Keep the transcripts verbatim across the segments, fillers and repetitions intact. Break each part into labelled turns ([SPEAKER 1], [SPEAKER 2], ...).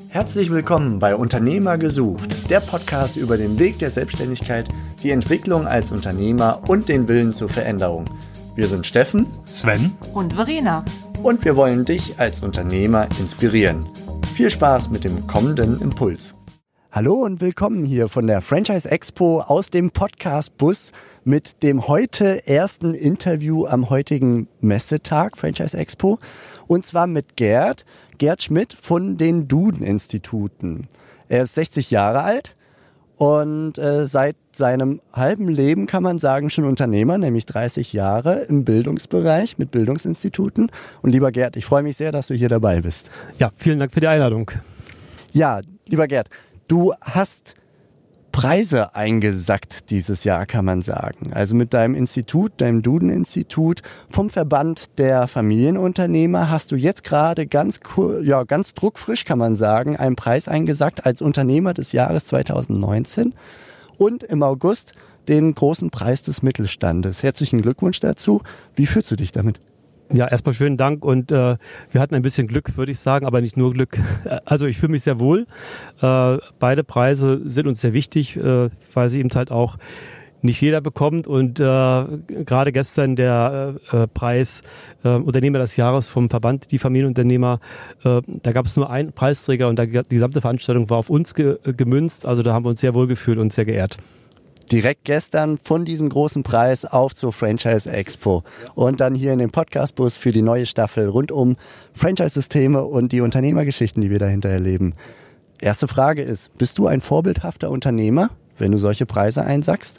[SPEAKER 1] Herzlich willkommen bei Unternehmer gesucht, der Podcast über den Weg der Selbstständigkeit, die Entwicklung als Unternehmer und den Willen zur Veränderung. Wir sind Steffen,
[SPEAKER 2] Sven
[SPEAKER 3] und Verena
[SPEAKER 1] und wir wollen dich als Unternehmer inspirieren. Viel Spaß mit dem kommenden Impuls. Hallo und willkommen hier von der Franchise Expo aus dem Podcast Bus mit dem heute ersten Interview am heutigen Messetag Franchise Expo und zwar mit Gerd, Gerd Schmidt von den Duden-Instituten. Er ist sechzig Jahre alt und äh, seit seinem halben Leben kann man sagen schon Unternehmer, nämlich dreißig Jahre im Bildungsbereich mit Bildungsinstituten. Und lieber Gerd, ich freue mich sehr, dass du hier dabei bist.
[SPEAKER 2] Ja, vielen Dank für die Einladung.
[SPEAKER 1] Ja, lieber Gerd, du hast Preise eingesackt dieses Jahr, kann man sagen. Also mit deinem Institut, deinem Duden-Institut, vom Verband der Familienunternehmer hast du jetzt gerade ganz, ja, ganz druckfrisch, kann man sagen, einen Preis eingesackt als Unternehmer des Jahres zwanzig neunzehn und im August den großen Preis des Mittelstandes. Herzlichen Glückwunsch dazu. Wie fühlst du dich damit?
[SPEAKER 2] Ja, erstmal schönen Dank und äh, wir hatten ein bisschen Glück, würde ich sagen, aber nicht nur Glück. Also ich fühle mich sehr wohl. Äh, beide Preise sind uns sehr wichtig, äh, weil sie eben halt auch nicht jeder bekommt und äh, gerade gestern der äh, Preis äh, Unternehmer des Jahres vom Verband, die Familienunternehmer, äh, da gab es nur einen Preisträger und die gesamte Veranstaltung war auf uns ge- gemünzt, also da haben wir uns sehr wohl gefühlt und sehr geehrt.
[SPEAKER 1] Direkt gestern von diesem großen Preis auf zur Franchise Expo und dann hier in den Podcast-Bus für die neue Staffel rund um Franchise-Systeme und die Unternehmergeschichten, die wir dahinter erleben. Erste Frage ist, bist du ein vorbildhafter Unternehmer, wenn du solche Preise einsackst?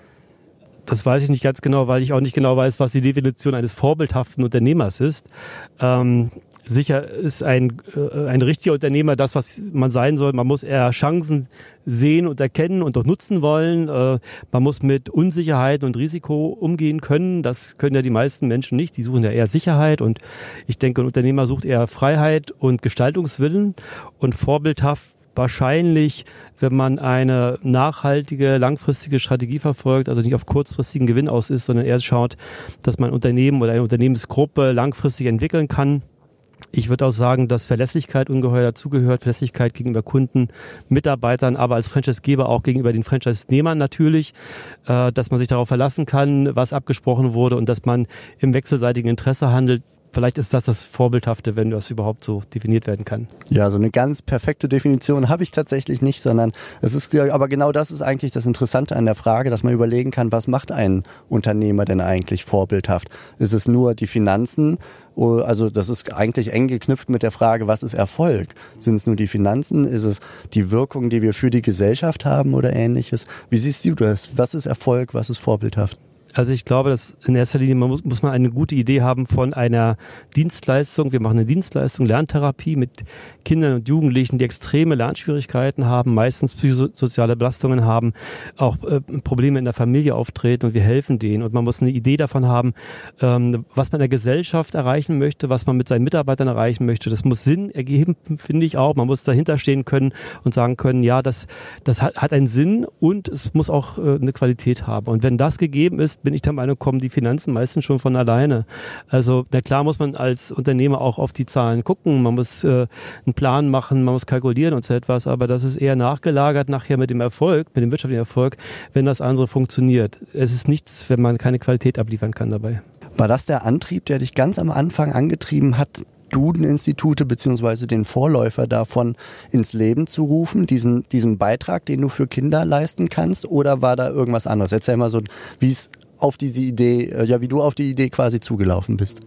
[SPEAKER 2] Das weiß ich nicht ganz genau, weil ich auch nicht genau weiß, was die Definition eines vorbildhaften Unternehmers ist. Ähm, sicher ist ein, äh, ein richtiger Unternehmer das, was man sein soll. Man muss eher Chancen sehen und erkennen und auch nutzen wollen. Äh, man muss mit Unsicherheit und Risiko umgehen können. Das können ja die meisten Menschen nicht. Die suchen ja eher Sicherheit und ich denke, ein Unternehmer sucht eher Freiheit und Gestaltungswillen und vorbildhaft wahrscheinlich, wenn man eine nachhaltige, langfristige Strategie verfolgt, also nicht auf kurzfristigen Gewinn aus ist, sondern eher schaut, dass man ein Unternehmen oder eine Unternehmensgruppe langfristig entwickeln kann. Ich würde auch sagen, dass Verlässlichkeit ungeheuer dazugehört, Verlässlichkeit gegenüber Kunden, Mitarbeitern, aber als Franchisegeber auch gegenüber den Franchise-Nehmern natürlich, äh, dass man sich darauf verlassen kann, was abgesprochen wurde und dass man im wechselseitigen Interesse handelt. Vielleicht ist das das Vorbildhafte, wenn das überhaupt so definiert werden kann.
[SPEAKER 1] Ja, so eine ganz perfekte Definition habe ich tatsächlich nicht, sondern es ist, aber genau das ist eigentlich das Interessante an der Frage, dass man überlegen kann, was macht ein Unternehmer denn eigentlich vorbildhaft? Ist es nur die Finanzen? Also das ist eigentlich eng geknüpft mit der Frage, was ist Erfolg? Sind es nur die Finanzen? Ist es die Wirkung, die wir für die Gesellschaft haben oder ähnliches? Wie siehst du das? Was ist Erfolg? Was ist vorbildhaft?
[SPEAKER 2] Also ich glaube, dass in erster Linie man muss, muss man eine gute Idee haben von einer Dienstleistung. Wir machen eine Dienstleistung, Lerntherapie mit Kindern und Jugendlichen, die extreme Lernschwierigkeiten haben, meistens psychosoziale Belastungen haben, auch äh, Probleme in der Familie auftreten und wir helfen denen. Und man muss eine Idee davon haben, ähm, was man in der Gesellschaft erreichen möchte, was man mit seinen Mitarbeitern erreichen möchte. Das muss Sinn ergeben, finde ich auch. Man muss dahinter stehen können und sagen können, ja, das, das hat, hat einen Sinn und es muss auch äh, eine Qualität haben. Und wenn das gegeben ist, bin ich der Meinung, kommen die Finanzen meistens schon von alleine. Also na klar muss man als Unternehmer auch auf die Zahlen gucken, man muss äh, einen Plan machen, man muss kalkulieren und so etwas, aber das ist eher nachgelagert nachher mit dem Erfolg, mit dem wirtschaftlichen Erfolg, wenn das andere funktioniert. Es ist nichts, wenn man keine Qualität abliefern kann dabei.
[SPEAKER 1] War das der Antrieb, der dich ganz am Anfang angetrieben hat, Duden-Institute beziehungsweise den Vorläufer davon ins Leben zu rufen, diesen, diesen Beitrag, den du für Kinder leisten kannst, oder war da irgendwas anderes? Erzähl mal so, wie es auf diese Idee, ja, wie du auf die Idee quasi zugelaufen bist.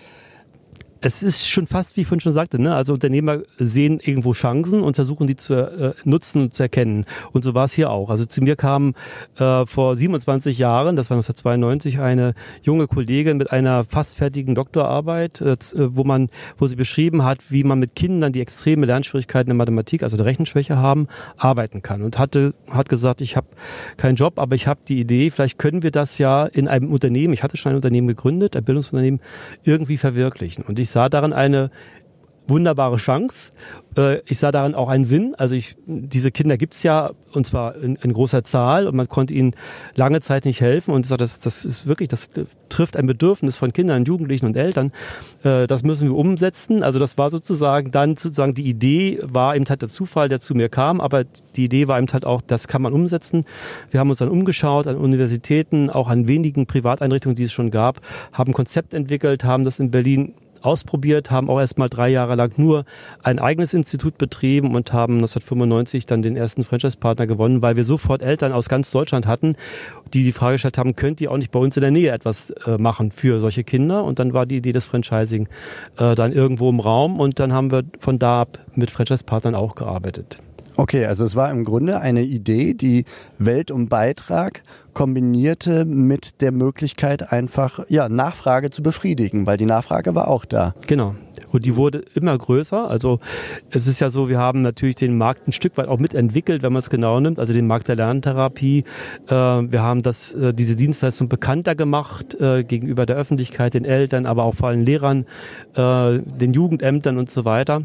[SPEAKER 2] Es ist schon fast, wie ich vorhin schon sagte, ne? Also Unternehmer sehen irgendwo Chancen und versuchen die zu äh, nutzen und zu erkennen. Und so war es hier auch. Also zu mir kam äh, vor siebenundzwanzig Jahren, das war neunzehnhundertzweiundneunzig, eine junge Kollegin mit einer fast fertigen Doktorarbeit, äh, wo man, wo sie beschrieben hat, wie man mit Kindern, die extreme Lernschwierigkeiten in Mathematik, also eine Rechenschwäche haben, arbeiten kann. Und hatte, hat gesagt, ich habe keinen Job, aber ich habe die Idee, vielleicht können wir das ja in einem Unternehmen, ich hatte schon ein Unternehmen gegründet, ein Bildungsunternehmen, irgendwie verwirklichen. Und ich sah darin eine wunderbare Chance. Ich sah darin auch einen Sinn. Also ich, diese Kinder gibt's ja, und zwar in, in großer Zahl, und man konnte ihnen lange Zeit nicht helfen. Und das, das ist wirklich, das trifft ein Bedürfnis von Kindern, Jugendlichen und Eltern. Das müssen wir umsetzen. Also das war sozusagen dann sozusagen die Idee, war eben halt der Zufall, der zu mir kam, aber die Idee war eben halt auch, das kann man umsetzen. Wir haben uns dann umgeschaut an Universitäten, auch an wenigen Privateinrichtungen, die es schon gab, haben ein Konzept entwickelt, haben das in Berlin ausprobiert, haben auch erst mal drei Jahre lang nur ein eigenes Institut betrieben und haben neunzehnhundertfünfundneunzig dann den ersten Franchise-Partner gewonnen, weil wir sofort Eltern aus ganz Deutschland hatten, die die Frage gestellt haben, könnt ihr auch nicht bei uns in der Nähe etwas äh, machen für solche Kinder? Und dann war die Idee des Franchising äh, dann irgendwo im Raum und dann haben wir von da ab mit Franchise-Partnern auch gearbeitet.
[SPEAKER 1] Okay, also es war im Grunde eine Idee, die Welt um Beitrag kombinierte mit der Möglichkeit, einfach ja Nachfrage zu befriedigen, weil die Nachfrage war auch da.
[SPEAKER 2] Genau. Und die wurde immer größer. Also es ist ja so, wir haben natürlich den Markt ein Stück weit auch mitentwickelt, wenn man es genau nimmt, also den Markt der Lerntherapie. Äh, wir haben das, äh, diese Dienstleistung bekannter gemacht äh, gegenüber der Öffentlichkeit, den Eltern, aber auch vor allem Lehrern, äh, den Jugendämtern und so weiter.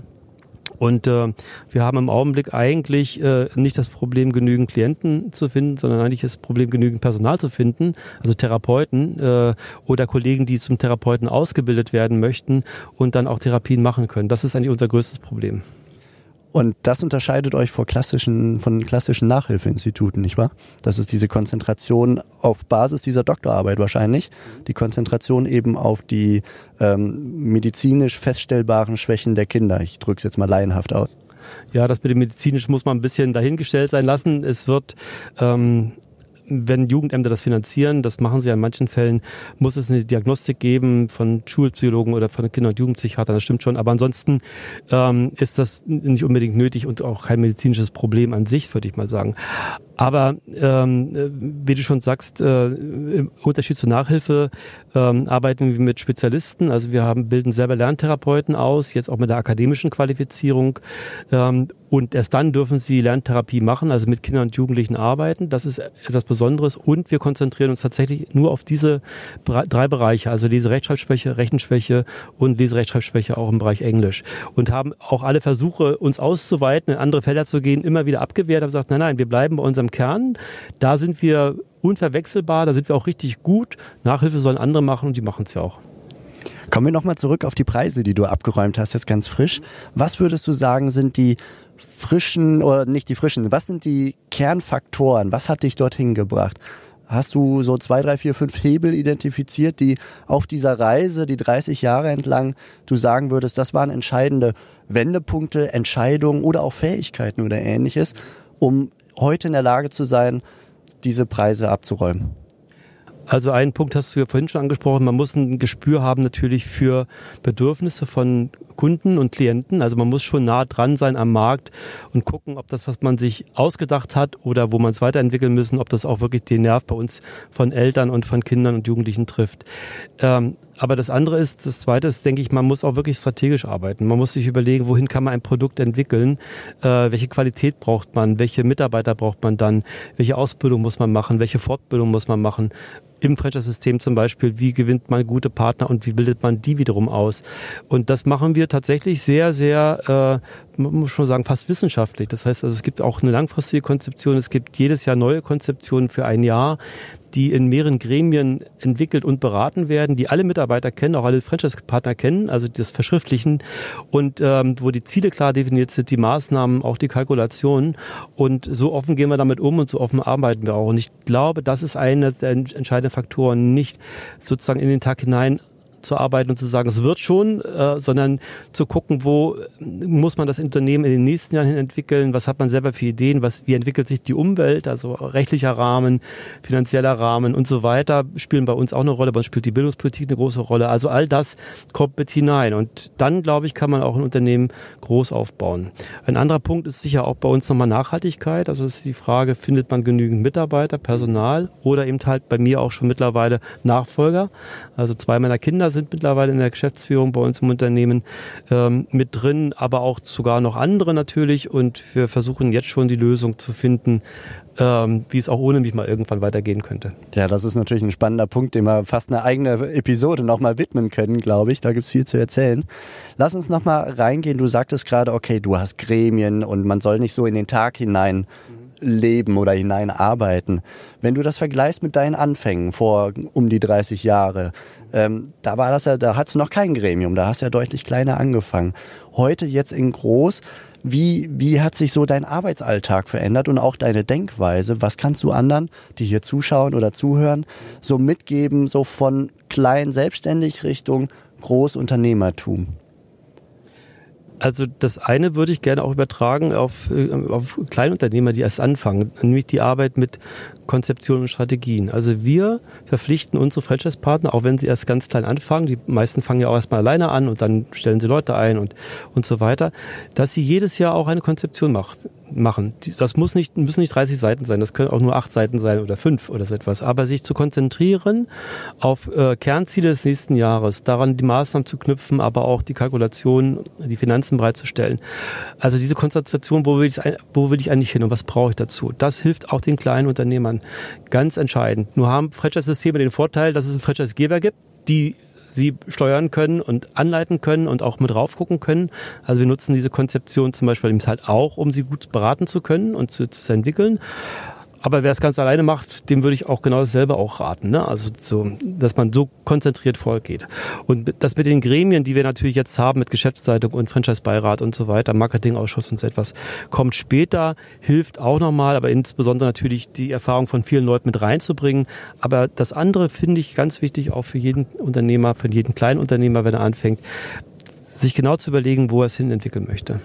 [SPEAKER 2] Und äh, wir haben im Augenblick eigentlich äh, nicht das Problem, genügend Klienten zu finden, sondern eigentlich das Problem, genügend Personal zu finden, also Therapeuten äh, oder Kollegen, die zum Therapeuten ausgebildet werden möchten und dann auch Therapien machen können. Das ist eigentlich unser größtes Problem.
[SPEAKER 1] Und das unterscheidet euch vor klassischen, von klassischen Nachhilfeinstituten, nicht wahr? Das ist diese Konzentration auf Basis dieser Doktorarbeit wahrscheinlich, die Konzentration eben auf die ähm, medizinisch feststellbaren Schwächen der Kinder. Ich drücke es jetzt mal laienhaft aus.
[SPEAKER 2] Ja, das mit dem medizinisch muss man ein bisschen dahingestellt sein lassen. Es wird... Ähm Wenn Jugendämter das finanzieren, das machen sie ja in manchen Fällen, muss es eine Diagnostik geben von Schulpsychologen oder von Kinder- und Jugendpsychiatern, das stimmt schon. Aber ansonsten ähm, ist das nicht unbedingt nötig und auch kein medizinisches Problem an sich, würde ich mal sagen. Aber ähm, wie du schon sagst, äh, im Unterschied zur Nachhilfe ähm, arbeiten wir mit Spezialisten. Also wir haben bilden selber Lerntherapeuten aus, jetzt auch mit der akademischen Qualifizierung. Ähm, und erst dann dürfen sie Lerntherapie machen, also mit Kindern und Jugendlichen arbeiten. Das ist etwas Besonderes. Und wir konzentrieren uns tatsächlich nur auf diese drei Bereiche, also Lese-Rechtschreibschwäche, Rechenschwäche und Lese-Rechtschreibschwäche auch im Bereich Englisch. Und haben auch alle Versuche, uns auszuweiten, in andere Felder zu gehen, immer wieder abgewehrt. Haben gesagt, nein, nein, wir bleiben bei unserem Kern. Da sind wir unverwechselbar, da sind wir auch richtig gut. Nachhilfe sollen andere machen und die machen es ja auch.
[SPEAKER 1] Kommen wir nochmal zurück auf die Preise, die du abgeräumt hast, jetzt ganz frisch. Was würdest du sagen, sind die frischen, oder nicht die frischen, was sind die Kernfaktoren? Was hat dich dorthin gebracht? Hast du so zwei, drei, vier, fünf Hebel identifiziert, die auf dieser Reise, die dreißig Jahre entlang, du sagen würdest, das waren entscheidende Wendepunkte, Entscheidungen oder auch Fähigkeiten oder Ähnliches, um heute in der Lage zu sein, diese Preise abzuräumen?
[SPEAKER 2] Also einen Punkt hast du ja vorhin schon angesprochen, man muss ein Gespür haben natürlich für Bedürfnisse von Kunden und Klienten. Also man muss schon nah dran sein am Markt und gucken, ob das, was man sich ausgedacht hat oder wo man es weiterentwickeln müssen, ob das auch wirklich den Nerv bei uns von Eltern und von Kindern und Jugendlichen trifft. Ähm, aber das andere ist, das zweite ist, denke ich, man muss auch wirklich strategisch arbeiten. Man muss sich überlegen, wohin kann man ein Produkt entwickeln, äh, welche Qualität braucht man, welche Mitarbeiter braucht man dann, welche Ausbildung muss man machen, welche Fortbildung muss man machen. Im Franchise-System zum Beispiel, wie gewinnt man gute Partner und wie bildet man die wiederum aus. Und das machen wir tatsächlich sehr, sehr, äh, man muss schon sagen, fast wissenschaftlich. Das heißt, also es gibt auch eine langfristige Konzeption, es gibt jedes Jahr neue Konzeptionen für ein Jahr, die in mehreren Gremien entwickelt und beraten werden, die alle Mitarbeiter kennen, auch alle Franchise-Partner kennen, also das Verschriftlichen und ähm, wo die Ziele klar definiert sind, die Maßnahmen, auch die Kalkulationen und so offen gehen wir damit um und so offen arbeiten wir auch. Und ich glaube, das ist einer der entscheidenden Faktoren, nicht sozusagen in den Tag hinein zu arbeiten und zu sagen, es wird schon, äh, sondern zu gucken, wo muss man das Unternehmen in den nächsten Jahren hin entwickeln, was hat man selber für Ideen, was, wie entwickelt sich die Umwelt, also rechtlicher Rahmen, finanzieller Rahmen und so weiter, spielen bei uns auch eine Rolle, bei uns spielt die Bildungspolitik eine große Rolle, also all das kommt mit hinein und dann, glaube ich, kann man auch ein Unternehmen groß aufbauen. Ein anderer Punkt ist sicher auch bei uns nochmal Nachhaltigkeit, also ist die Frage, findet man genügend Mitarbeiter, Personal oder eben halt bei mir auch schon mittlerweile Nachfolger, also zwei meiner Kinder sind sind mittlerweile in der Geschäftsführung bei uns im Unternehmen ähm, mit drin, aber auch sogar noch andere natürlich. Und wir versuchen jetzt schon die Lösung zu finden, ähm, wie es auch ohne mich mal irgendwann weitergehen könnte.
[SPEAKER 1] Ja, das ist natürlich ein spannender Punkt, dem wir fast eine eigene Episode nochmal widmen können, glaube ich. Da gibt es viel zu erzählen. Lass uns nochmal reingehen. Du sagtest gerade, okay, du hast Gremien und man soll nicht so in den Tag hinein leben oder hineinarbeiten. Wenn du das vergleichst mit deinen Anfängen vor um die dreißig Jahre, ähm, da war das ja, da hattest du noch kein Gremium, da hast du ja deutlich kleiner angefangen. Heute jetzt in groß, wie, wie hat sich so dein Arbeitsalltag verändert und auch deine Denkweise? Was kannst du anderen, die hier zuschauen oder zuhören, so mitgeben, so von klein selbstständig Richtung Großunternehmertum?
[SPEAKER 2] Also das eine würde ich gerne auch übertragen auf, auf Kleinunternehmer, die erst anfangen, nämlich die Arbeit mit Konzeption und Strategien. Also wir verpflichten unsere Franchise-Partner, auch wenn sie erst ganz klein anfangen, die meisten fangen ja auch erstmal alleine an und dann stellen sie Leute ein und, und so weiter, dass sie jedes Jahr auch eine Konzeption macht, machen. Das muss nicht, müssen nicht dreißig Seiten sein, das können auch nur acht Seiten sein oder fünf oder so etwas. Aber sich zu konzentrieren auf äh, Kernziele des nächsten Jahres, daran die Maßnahmen zu knüpfen, aber auch die Kalkulation, die Finanzen bereitzustellen. Also diese Konzentration, wo will ich, wo will ich eigentlich hin und was brauche ich dazu? Das hilft auch den kleinen Unternehmern ganz entscheidend. Nur haben Franchise-Systeme den Vorteil, dass es einen Franchise-Geber gibt, die sie steuern können und anleiten können und auch mit raufgucken können. Also wir nutzen diese Konzeption zum Beispiel halt auch, um sie gut beraten zu können und zu, zu entwickeln. Aber wer es ganz alleine macht, dem würde ich auch genau dasselbe auch raten, ne? Also so, dass man so konzentriert vorgeht. Und das mit den Gremien, die wir natürlich jetzt haben, mit Geschäftsleitung und Franchise-Beirat und so weiter, Marketingausschuss und so etwas, kommt später, hilft auch nochmal, aber insbesondere natürlich die Erfahrung von vielen Leuten mit reinzubringen. Aber das andere finde ich ganz wichtig, auch für jeden Unternehmer, für jeden kleinen Unternehmer, wenn er anfängt, sich genau zu überlegen, wo er es hin entwickeln möchte.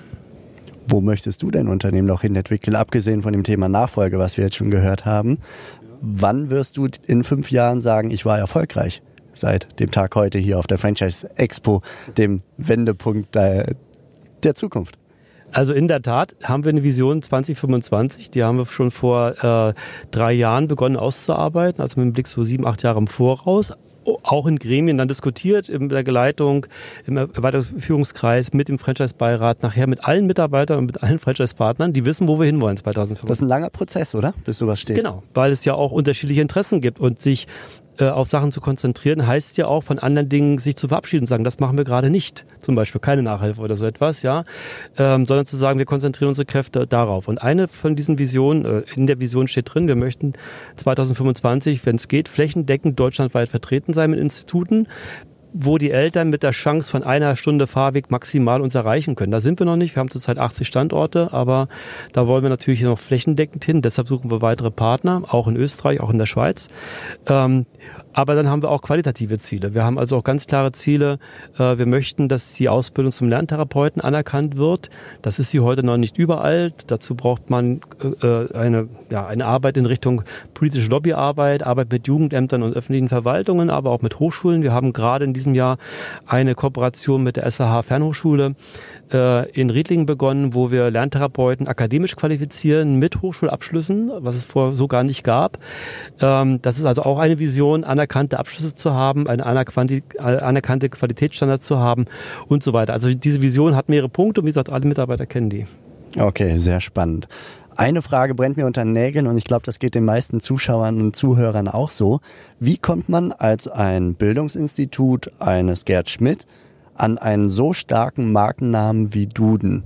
[SPEAKER 1] Wo möchtest du dein Unternehmen noch hin entwickeln, abgesehen von dem Thema Nachfolge, was wir jetzt schon gehört haben? Wann wirst du in fünf Jahren sagen, ich war erfolgreich seit dem Tag heute hier auf der Franchise Expo, dem Wendepunkt der, der Zukunft?
[SPEAKER 2] Also in der Tat haben wir eine Vision zwanzig fünfundzwanzig, die haben wir schon vor äh, drei Jahren begonnen auszuarbeiten, also mit dem Blick so sieben, acht Jahre im Voraus. Auch in Gremien dann diskutiert, in der Geleitung, im Erweiterungsführungskreis, mit dem Franchise-Beirat, nachher mit allen Mitarbeitern und mit allen Franchise-Partnern, die wissen, wo wir hinwollen zwanzig fünfundzwanzig.
[SPEAKER 1] Das ist ein langer Prozess, oder? Bis sowas steht.
[SPEAKER 2] Genau, weil es ja auch unterschiedliche Interessen gibt und sich äh, auf Sachen zu konzentrieren, heißt ja auch von anderen Dingen sich zu verabschieden und sagen, das machen wir gerade nicht. Zum Beispiel keine Nachhilfe oder so etwas, ja, ähm, sondern zu sagen, wir konzentrieren unsere Kräfte darauf. Und eine von diesen Visionen, äh, in der Vision steht drin, wir möchten zwanzig fünfundzwanzig, wenn es geht, flächendeckend deutschlandweit vertreten sein mit Instituten, wo die Eltern mit der Chance von einer Stunde Fahrweg maximal uns erreichen können. Da sind wir noch nicht. Wir haben zurzeit achtzig Standorte, aber da wollen wir natürlich noch flächendeckend hin. Deshalb suchen wir weitere Partner, auch in Österreich, auch in der Schweiz. Ähm, aber dann haben wir auch qualitative Ziele. Wir haben also auch ganz klare Ziele. Äh, wir möchten, dass die Ausbildung zum Lerntherapeuten anerkannt wird. Das ist sie heute noch nicht überall. Dazu braucht man äh, eine, ja, eine Arbeit in Richtung politische Lobbyarbeit, Arbeit mit Jugendämtern und öffentlichen Verwaltungen, aber auch mit Hochschulen. Wir haben gerade in diesem Jahr eine Kooperation mit der S A H Fernhochschule äh, in Riedlingen begonnen, wo wir Lerntherapeuten akademisch qualifizieren mit Hochschulabschlüssen, was es vorher so gar nicht gab. Ähm, das ist also auch eine Vision, anerkannte Abschlüsse zu haben, eine anerkannte Qualitätsstandard zu haben und so weiter. Also diese Vision hat mehrere Punkte und wie gesagt, alle Mitarbeiter kennen die.
[SPEAKER 1] Okay, sehr spannend. Eine Frage brennt mir unter den Nägeln und ich glaube, das geht den meisten Zuschauern und Zuhörern auch so. Wie kommt man als ein Bildungsinstitut eines Gerd Schmidt an einen so starken Markennamen wie Duden?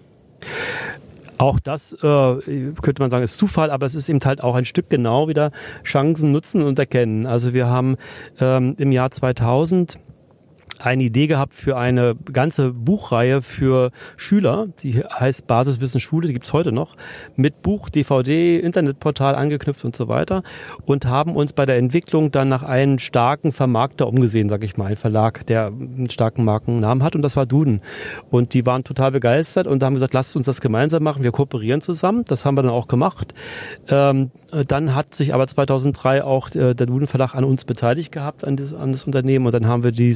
[SPEAKER 2] Auch das äh, könnte man sagen, ist Zufall, aber es ist eben halt auch ein Stück genau wieder Chancen nutzen und erkennen. Also wir haben ähm, im Jahr zweitausend eine Idee gehabt für eine ganze Buchreihe für Schüler, die heißt Basiswissen Schule, die gibt's heute noch, mit Buch, D V D, Internetportal angeknüpft und so weiter und haben uns bei der Entwicklung dann nach einem starken Vermarkter umgesehen, sag ich mal, ein Verlag, der einen starken Markennamen hat und das war Duden. Und die waren total begeistert und haben gesagt, lasst uns das gemeinsam machen, wir kooperieren zusammen, das haben wir dann auch gemacht. Ähm, dann hat sich aber zweitausenddrei auch äh, der Duden Verlag an uns beteiligt gehabt, an das, an das Unternehmen und dann haben wir diese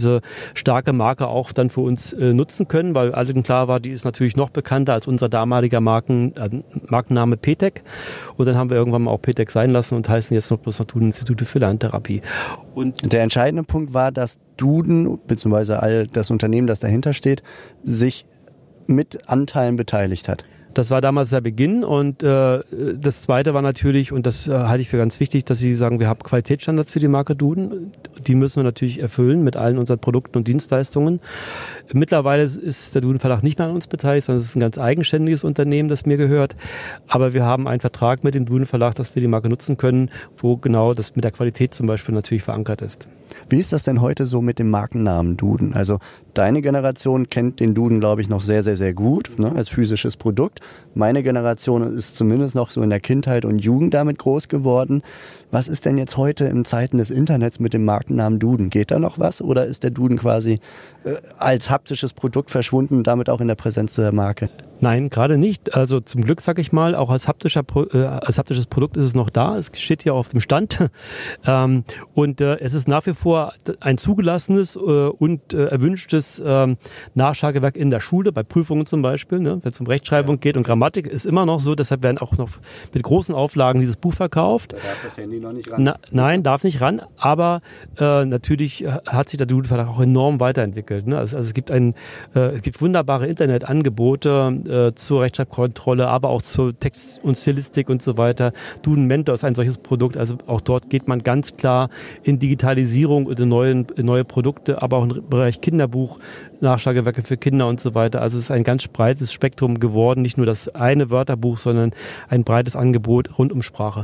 [SPEAKER 2] starke Marke auch dann für uns äh, nutzen können, weil allen klar war, die ist natürlich noch bekannter als unser damaliger Marken, äh, Markenname P T E C. Und dann haben wir irgendwann mal auch P T E C sein lassen und heißen jetzt noch bloß noch Duden-Institute für Lerntherapie. Und
[SPEAKER 1] der entscheidende Punkt war, dass Duden, beziehungsweise all das Unternehmen, das dahinter steht, sich mit Anteilen beteiligt hat.
[SPEAKER 2] Das war damals der Beginn und äh, das Zweite war natürlich, und das äh, halte ich für ganz wichtig, dass Sie sagen, wir haben Qualitätsstandards für die Marke Duden. Die müssen wir natürlich erfüllen mit allen unseren Produkten und Dienstleistungen. Mittlerweile ist der Duden Verlag nicht mehr an uns beteiligt, sondern es ist ein ganz eigenständiges Unternehmen, das mir gehört. Aber wir haben einen Vertrag mit dem Duden Verlag, dass wir die Marke nutzen können, wo genau das mit der Qualität zum Beispiel natürlich verankert ist.
[SPEAKER 1] Wie ist das denn heute so mit dem Markennamen Duden? Also deine Generation kennt den Duden, glaube ich, noch sehr, sehr, sehr gut, ne, als physisches Produkt. Meine Generation ist zumindest noch so in der Kindheit und Jugend damit groß geworden. Was ist denn jetzt heute in Zeiten des Internets mit dem Markennamen Duden? Geht da noch was oder ist der Duden quasi äh, als haptisches Produkt verschwunden und damit auch in der Präsenz der Marke?
[SPEAKER 2] Nein, gerade nicht. Also zum Glück, sag ich mal, auch als, haptischer, äh, als haptisches Produkt ist es noch da. Es steht hier auf dem Stand. ähm, und äh, es ist nach wie vor ein zugelassenes äh, und äh, erwünschtes äh, Nachschlagewerk in der Schule, bei Prüfungen zum Beispiel. Ne? Wenn es um Rechtschreibung ja. geht und Grammatik, ist immer noch so. Deshalb werden auch noch mit großen Auflagen dieses Buch verkauft.
[SPEAKER 1] Da darf das Handy noch nicht ran.
[SPEAKER 2] Na, nein, darf nicht ran. Aber äh, natürlich hat sich der Duden Verlag auch enorm weiterentwickelt. Ne? Also, also es gibt ein, äh, es gibt wunderbare Internetangebote zur Rechtschreibkontrolle, aber auch zur Text- und Stilistik und so weiter. Duden Mentor ist ein solches Produkt, also auch dort geht man ganz klar in Digitalisierung und in, neuen, in neue Produkte, aber auch im Bereich Kinderbuch, Nachschlagewerke für Kinder und so weiter. Also es ist ein ganz breites Spektrum geworden, nicht nur das eine Wörterbuch, sondern ein breites Angebot rund um Sprache.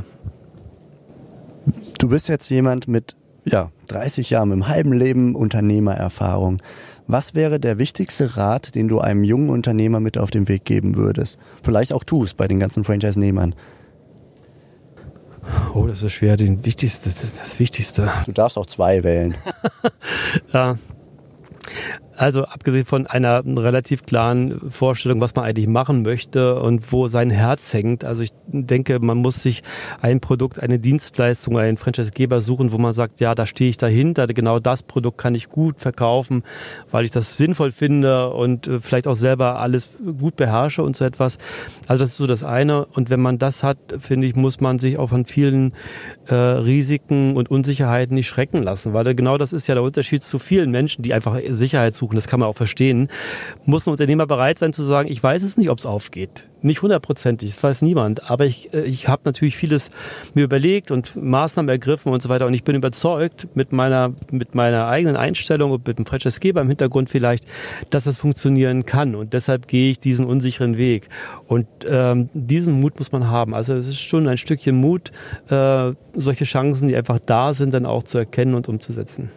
[SPEAKER 1] Du bist jetzt jemand mit ja, dreißig Jahren, mit einem halben Leben Unternehmererfahrung. Was wäre der wichtigste Rat, den du einem jungen Unternehmer mit auf den Weg geben würdest? Vielleicht auch tust bei den ganzen Franchise-Nehmern.
[SPEAKER 2] Oh, das ist schwer. Den wichtigste, das ist das Wichtigste.
[SPEAKER 1] Du darfst auch zwei wählen.
[SPEAKER 2] ja. Also abgesehen von einer relativ klaren Vorstellung, was man eigentlich machen möchte und wo sein Herz hängt. Also ich denke, man muss sich ein Produkt, eine Dienstleistung, einen Franchisegeber suchen, wo man sagt, ja, da stehe ich dahinter. Genau das Produkt kann ich gut verkaufen, weil ich das sinnvoll finde und vielleicht auch selber alles gut beherrsche und so etwas. Also das ist so das eine. Und wenn man das hat, finde ich, muss man sich auch von vielen äh, Risiken und Unsicherheiten nicht schrecken lassen, weil genau das ist ja der Unterschied zu vielen Menschen, die einfach Sicherheit suchen. Das kann man auch verstehen. Muss ein Unternehmer bereit sein zu sagen, ich weiß es nicht, ob es aufgeht. Nicht hundertprozentig, das weiß niemand. Aber ich, ich habe natürlich vieles mir überlegt und Maßnahmen ergriffen und so weiter. Und ich bin überzeugt mit meiner, mit meiner eigenen Einstellung und mit dem Franchisegeber im Hintergrund vielleicht, dass das funktionieren kann. Und deshalb gehe ich diesen unsicheren Weg. Und ähm, diesen Mut muss man haben. Also es ist schon ein Stückchen Mut, äh, solche Chancen, die einfach da sind, dann auch zu erkennen und umzusetzen.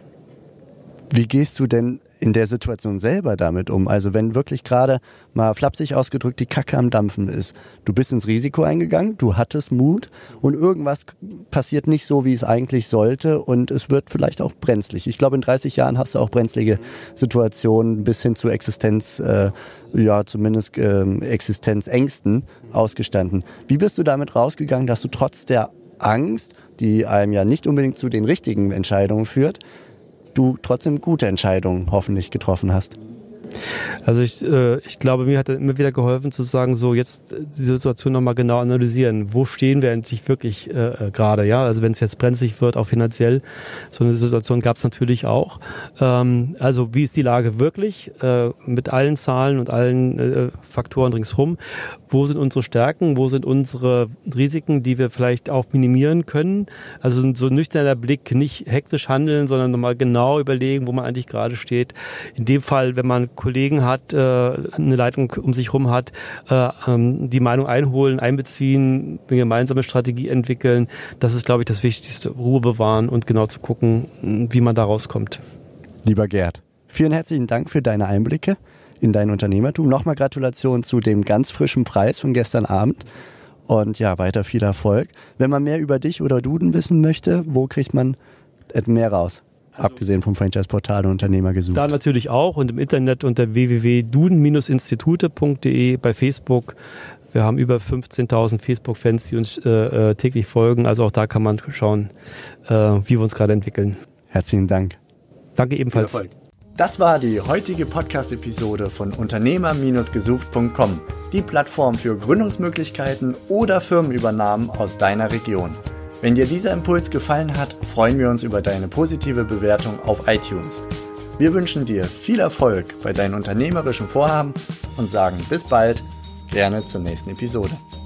[SPEAKER 1] Wie gehst du denn in der Situation selber damit um? Also wenn wirklich gerade mal flapsig ausgedrückt die Kacke am Dampfen ist, du bist ins Risiko eingegangen, du hattest Mut und irgendwas passiert nicht so, wie es eigentlich sollte und es wird vielleicht auch brenzlig. Ich glaube, in dreißig Jahren hast du auch brenzlige Situationen bis hin zu Existenz, äh, ja zumindest äh, Existenzängsten ausgestanden. Wie bist du damit rausgegangen, dass du trotz der Angst, die einem ja nicht unbedingt zu den richtigen Entscheidungen führt, du trotzdem gute Entscheidungen hoffentlich getroffen hast?
[SPEAKER 2] Also ich, äh, ich glaube, mir hat immer wieder geholfen zu sagen, so jetzt die Situation nochmal genau analysieren. Wo stehen wir eigentlich wirklich äh, gerade? Ja, also wenn es jetzt brenzlig wird, auch finanziell, so eine Situation gab es natürlich auch. Ähm, also wie ist die Lage wirklich äh, mit allen Zahlen und allen äh, Faktoren ringsherum? Wo sind unsere Stärken? Wo sind unsere Risiken, die wir vielleicht auch minimieren können? Also so ein nüchterner Blick, nicht hektisch handeln, sondern nochmal genau überlegen, wo man eigentlich gerade steht. In dem Fall, wenn man Kollegen hat, äh, eine Leitung um sich rum hat, äh, ähm, die Meinung einholen, einbeziehen, eine gemeinsame Strategie entwickeln. Das ist, glaube ich, das Wichtigste. Ruhe bewahren und genau zu gucken, wie man da rauskommt.
[SPEAKER 1] Lieber Gerd, vielen herzlichen Dank für deine Einblicke in dein Unternehmertum. Nochmal Gratulation zu dem ganz frischen Preis von gestern Abend. Und ja, weiter viel Erfolg. Wenn man mehr über dich oder Duden wissen möchte, wo kriegt man mehr raus? Also, abgesehen vom Franchise-Portal und Unternehmer gesucht.
[SPEAKER 2] Da natürlich auch und im Internet unter w w w punkt duden institute punkt d e, bei Facebook. Wir haben über fünfzehntausend Facebook-Fans, die uns äh, täglich folgen. Also auch da kann man schauen, äh, wie wir uns gerade entwickeln.
[SPEAKER 1] Herzlichen Dank.
[SPEAKER 2] Danke ebenfalls.
[SPEAKER 1] Das war die heutige Podcast-Episode von Unternehmer gesucht punkt com, die Plattform für Gründungsmöglichkeiten oder Firmenübernahmen aus deiner Region. Wenn dir dieser Impuls gefallen hat, freuen wir uns über deine positive Bewertung auf iTunes. Wir wünschen dir viel Erfolg bei deinen unternehmerischen Vorhaben und sagen bis bald, gerne zur nächsten Episode.